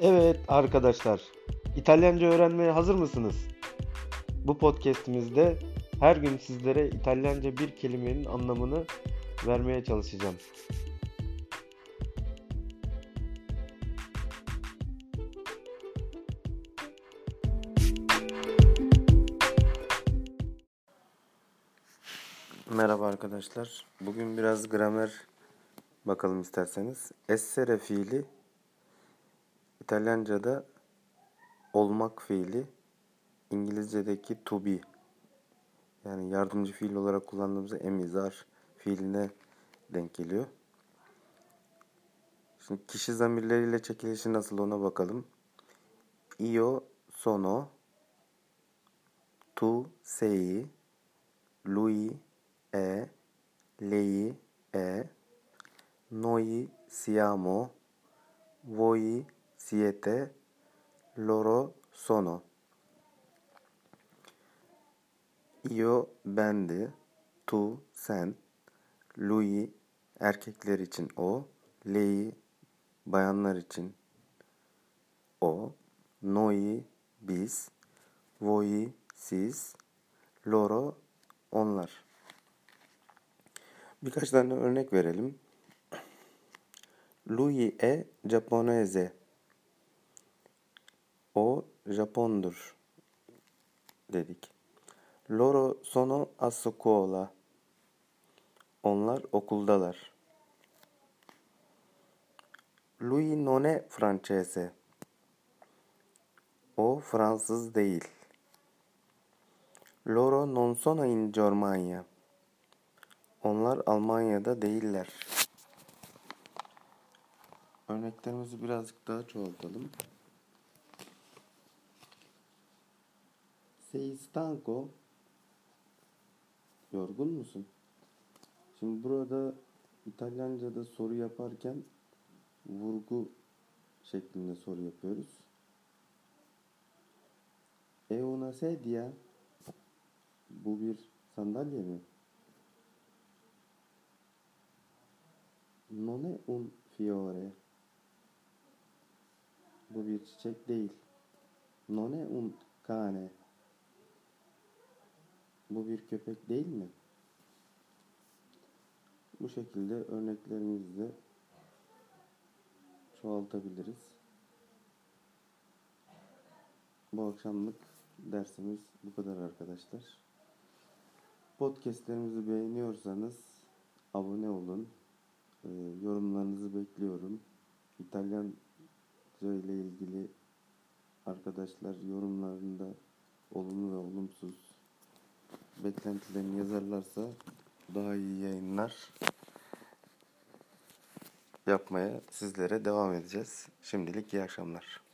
Evet arkadaşlar, İtalyanca öğrenmeye hazır mısınız? Bu podcast'imizde her gün sizlere İtalyanca bir kelimenin anlamını vermeye çalışacağım. Merhaba arkadaşlar. Bugün biraz gramer bakalım isterseniz. Essere fiili İtalyanca'da olmak fiili, İngilizce'deki to be. Yani yardımcı fiil olarak kullandığımız emizar fiiline denk geliyor. Şimdi kişi zamirleriyle çekilişi nasıl ona bakalım. Io sono, tu sei, lui è, lei è, noi siamo, voi siete, loro sono. Io bendi, tu sen, lui erkekler için o, lei bayanlar için o, noi biz, voi siz, loro onlar. Birkaç tane örnek verelim. Lui è giapponese. O Japondur dedik. Loro sono a scuola. Onlar okuldalar. Lui non è francese. O Fransız değil. Loro non sono in Germania. Onlar Almanya'da değiller. Örneklerimizi birazcık daha çoğaltalım. Sei stanco? Yorgun musun? Şimdi burada İtalyanca'da soru yaparken vurgu şeklinde soru yapıyoruz. È una sedia? Bu bir sandalye mi? Non è un fiore. Bu bir çiçek değil. Non è un cane. Bu bir köpek değil mi? Bu şekilde örneklerimizi de çoğaltabiliriz. Bu akşamlık dersimiz bu kadar arkadaşlar. Podcastlerimizi beğeniyorsanız abone olun. Yorumlarınızı bekliyorum. İtalyanca ile ilgili arkadaşlar yorumlarında olumlu ve olumsuz beklentilerini yazarlarsa daha iyi yayınlar yapmaya sizlere devam edeceğiz. Şimdilik iyi akşamlar.